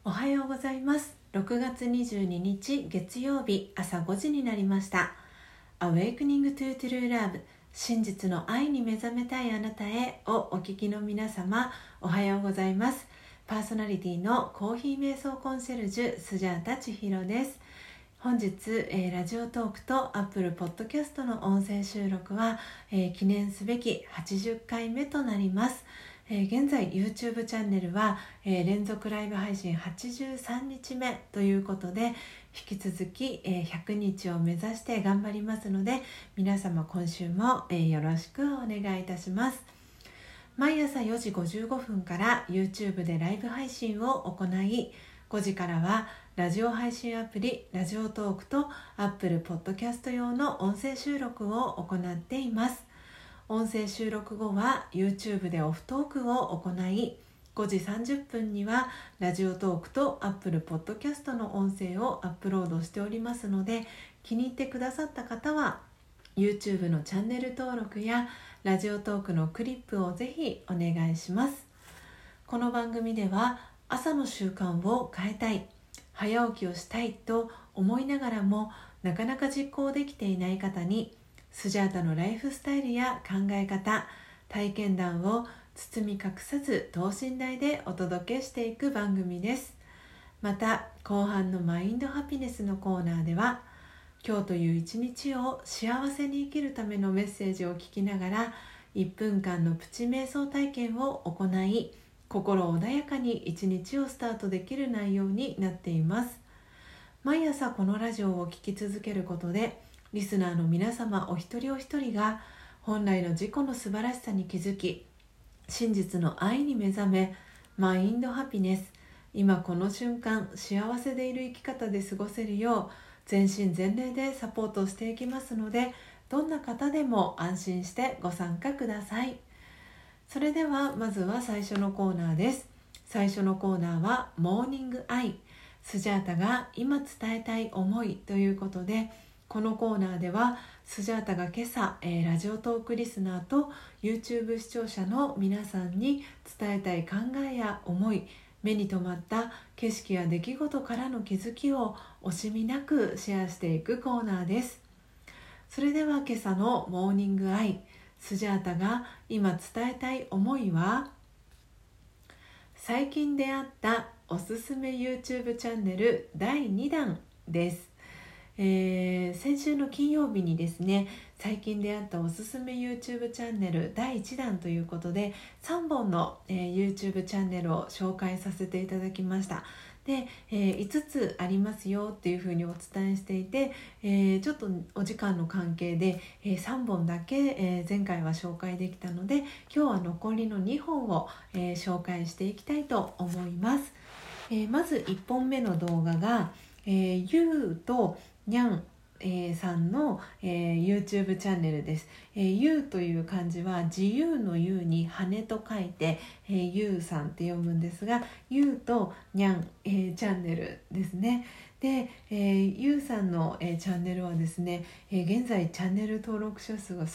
おはようございます。6月22日月曜日朝5時になりました。 Awakening to True Love 真実の愛に目覚めたいあなたへをお聞きの皆様、おはようございます。パーソナリティのコーヒー瞑想コンシェルジュスジャータ千尋です。本日、ラジオトークと Apple Podcast の音声収録は、記念すべき80回目となります。現在 YouTube チャンネルは、連続ライブ配信83日目ということで、引き続き、100日を目指して頑張りますので、皆様今週も、よろしくお願いいたします。毎朝4時55分から YouTube でライブ配信を行い、5時からはラジオ配信アプリラジオトークと Apple Podcast 用の音声収録を行っています。音声収録後は YouTube でオフトークを行い、5時30分にはラジオトークと Apple Podcast の音声をアップロードしておりますので、気に入ってくださった方は YouTube のチャンネル登録やラジオトークのクリップをぜひお願いします。この番組では朝の習慣を変えたい、早起きをしたいと思いながらもなかなか実行できていない方に、スジャータのライフスタイルや考え方、体験談を包み隠さず等身大でお届けしていく番組です。また後半のマインドハピネスのコーナーでは、今日という一日を幸せに生きるためのメッセージを聞きながら1分間のプチ瞑想体験を行い、心穏やかに一日をスタートできる内容になっています。毎朝このラジオを聞き続けることで、リスナーの皆様お一人お一人が本来の自己の素晴らしさに気づき、真実の愛に目覚め、マインドハピネス、今この瞬間幸せでいる生き方で過ごせるよう全身全霊でサポートしていきますので、どんな方でも安心してご参加ください。それではまずは最初のコーナーです。最初のコーナーはモーニングアイ、スジャータが今伝えたい思いということで、このコーナーではスジャータが今朝、ラジオトークリスナーと YouTube 視聴者の皆さんに伝えたい考えや思い、目に留まった景色や出来事からの気づきを惜しみなくシェアしていくコーナーです。それでは今朝のモーニングアイ、スジャータが今伝えたい思いは、最近出会ったおすすめ YouTube チャンネル第2弾です。先週の金曜日にですね、最近出会ったおすすめ YouTube チャンネル第1弾ということで3本の、YouTube チャンネルを紹介させていただきました。で、5つありますよっていうふうにお伝えしていて、ちょっとお時間の関係で、3本だけ、前回は紹介できたので、今日は残りの2本を、紹介していきたいと思います。まず1本目の動画が、ゆうとにゃん、さんの、YouTube チャンネルです。ゆうという漢字は自由のゆうに羽と書いて、ゆうさんって読むんですが、ゆうとにゃん、チャンネルですね。で、ゆうさんの、チャンネルはですね、現在チャンネル登録者数が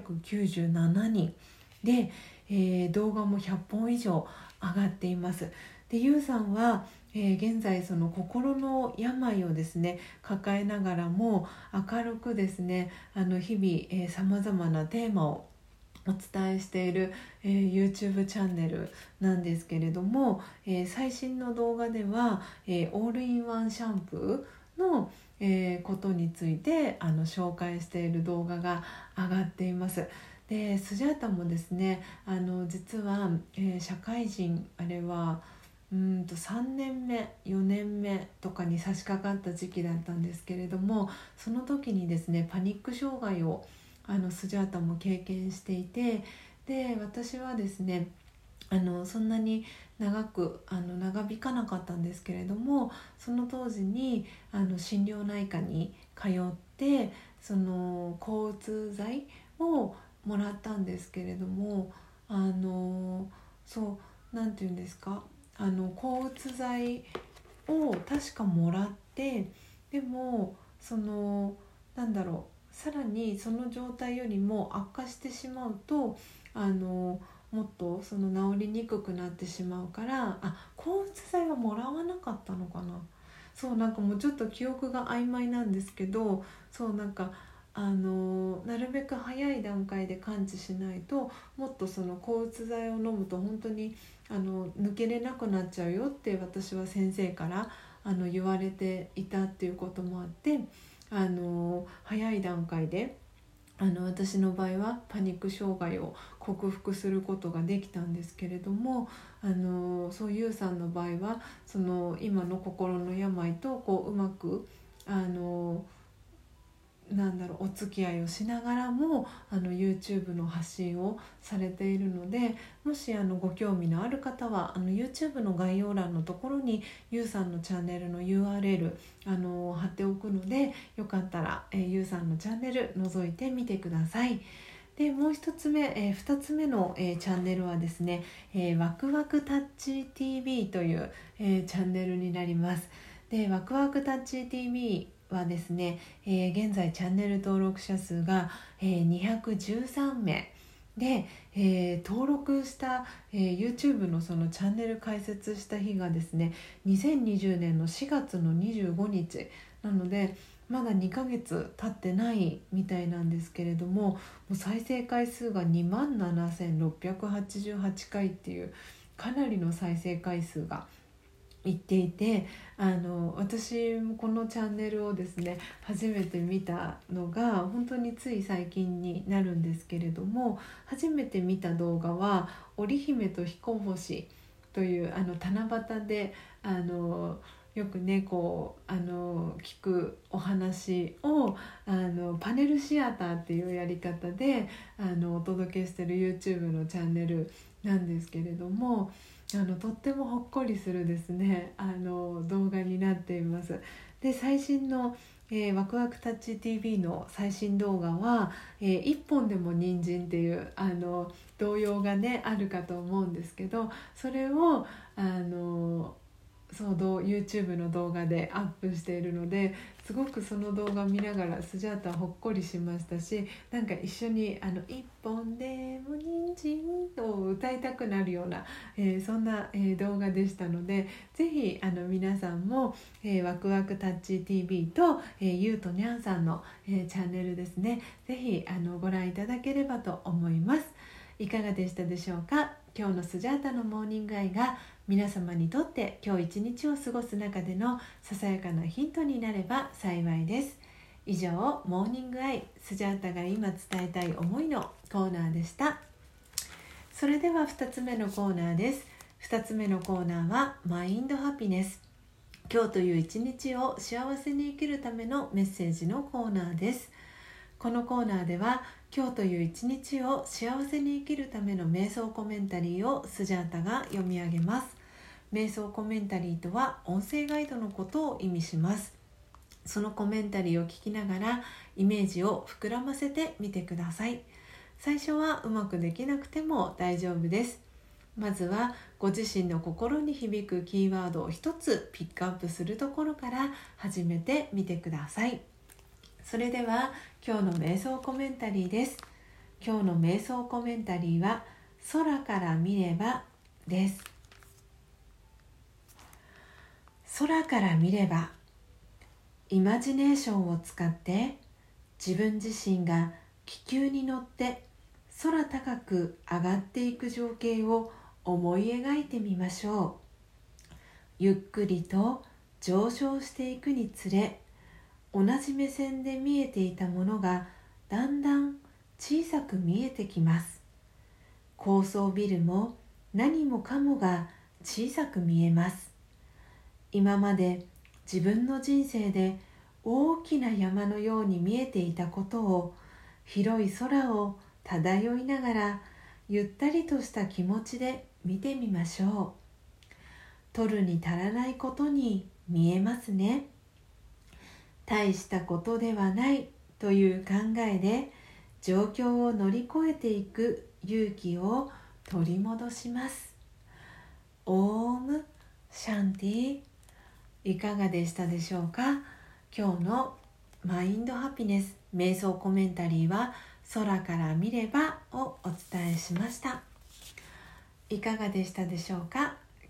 397人で、動画も100本以上上がっています。で、ゆうさんは現在その心の病をですね抱えながらも明るくですね、日々さまざまなテーマをお伝えしている、YouTube チャンネルなんですけれども、最新の動画では、オールインワンシャンプーの、ことについて紹介している動画が上がっています。で、スジャータもですね、実は、社会人あれは3年目4年目とかに差し掛かった時期だったんですけれども、その時にですねパニック障害をスジャータも経験していて、で私はですねそんなに長引かなかったんですけれども、その当時に心療内科に通ってその抗うつ剤をもらったんですけれども、そうなんていうんですか、抗うつ剤を確かもらって、でもさらにその状態よりも悪化してしまうともっと治りにくくなってしまうから、 抗うつ剤はもらわなかったのかな。そうなんかもうちょっと記憶が曖昧なんですけど、そうなんかなるべく早い段階で感知しないと、もっとその抗うつ剤を飲むと本当に抜けれなくなっちゃうよって私は先生から言われていたっていうこともあって、早い段階で私の場合はパニック障害を克服することができたんですけれども、そうゆうさんの場合はその今の心の病とこううまくお付き合いをしながらもYouTube の発信をされているので、もしご興味のある方はYouTube の概要欄のところにゆうさんのチャンネルの URL 貼っておくので、よかったら、ゆうさんのチャンネル覗いてみてください。でもう一つ目、2つ目の、チャンネルはですね、ワクワクタッチ TV という、チャンネルになります。でワクワクタッチ TVはですね、現在チャンネル登録者数が、213名で、登録した、YouTube のそのチャンネル開設した日がですね2020年の4月の25日なので、まだ2ヶ月経ってないみたいなんですけれども、もう再生回数が27,688回っていうかなりの再生回数が言っていて、私もこのチャンネルをですね初めて見たのが本当につい最近になるんですけれども、初めて見た動画は織姫と彦星という七夕でよくねこう聞くお話をパネルシアターっていうやり方でお届けしてる YouTube のチャンネルなんですけれども、とってもほっこりするですね動画になっています。で最新の、ワクワクタッチ TV の最新動画は、一本でも人参っていう動揺がねあるかと思うんですけど、それをYouTube の動画でアップしているので、すごくその動画見ながらスジャータほっこりしましたし、なんか一緒に一本でも人参を歌いたくなるような、そんな、動画でしたので、ぜひ皆さんも、ワクワクタッチ TV と、ゆうとにゃんさんの、チャンネルですね、ぜひご覧いただければと思います。いかがでしたでしょうか。今日のスジャータのモーニングアイが皆様にとって今日一日を過ごす中でのささやかなヒントになれば幸いです。以上、モーニングアイスジャータが今伝えたい思いのコーナーでした。それでは2つ目のコーナーです。2つ目のコーナーはマインドハピネス。今日という一日を幸せに生きるためのメッセージのコーナーです。このコーナーでは今日という一日を幸せに生きるための瞑想コメンタリーをスジャータが読み上げます。瞑想コメンタリーとは音声ガイドのことを意味します。そのコメンタリーを聞きながらイメージを膨らませてみてください。最初はうまくできなくても大丈夫です。まずはご自身の心に響くキーワードを一つピックアップするところから始めてみてください。それでは今日の瞑想コメンタリーです。今日の瞑想コメンタリーは空から見ればです。空から見れば、イマジネーションを使って自分自身が気球に乗って空高く上がっていく情景を思い描いてみましょう。ゆっくりと上昇していくにつれ、同じ目線で見えていたものがだんだん小さく見えてきます。高層ビルも何もかもが小さく見えます。今まで自分の人生で大きな山のように見えていたことを、広い空を漂いながらゆったりとした気持ちで見てみましょう。取るに足らないことに見えますね。大したことではないという考えで状況を乗り越えていく勇気を取り戻します。オームシャンティ。いかがでしたでしょうか。今日のマインドハピネス瞑想コメンタリーは空から見ればをお伝えしました。いかがでしたでしょうか。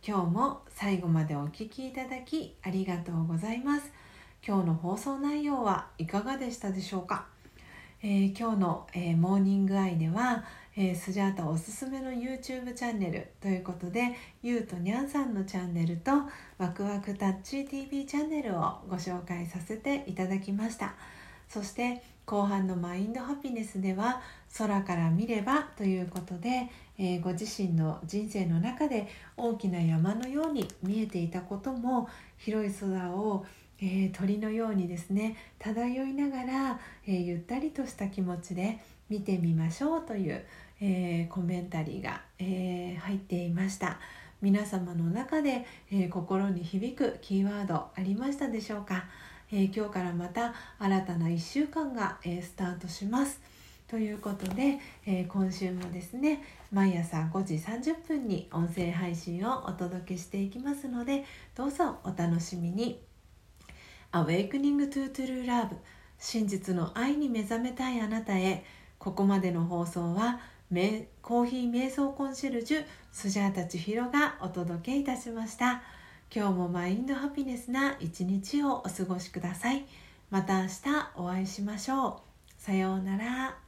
今日も最後までお聞きいただきありがとうございます。今日の放送内容はいかがでしたでしょうか。今日の、モーニングアイでは、スジャータおすすめの YouTube チャンネルということで、ゆうとにゃんさんのチャンネルとワクワクタッチ TV チャンネルをご紹介させていただきました。そして後半のマインドハピネスでは、空から見ればということで、ご自身の人生の中で大きな山のように見えていたことも、広い空を鳥のようにですね漂いながら、ゆったりとした気持ちで見てみましょうという、コメンタリーが、入っていました。皆様の中で、心に響くキーワードありましたでしょうか。今日からまた新たな1週間が、スタートしますということで、今週もですね毎朝5時30分に音声配信をお届けしていきますので、どうぞお楽しみに。Awakening to True Love 真実の愛に目覚めたいあなたへ。ここまでの放送はコーヒー瞑想コンシェルジュスジャータ千尋がお届けいたしました。今日もマインドハピネスな一日をお過ごしください。また明日お会いしましょう。さようなら。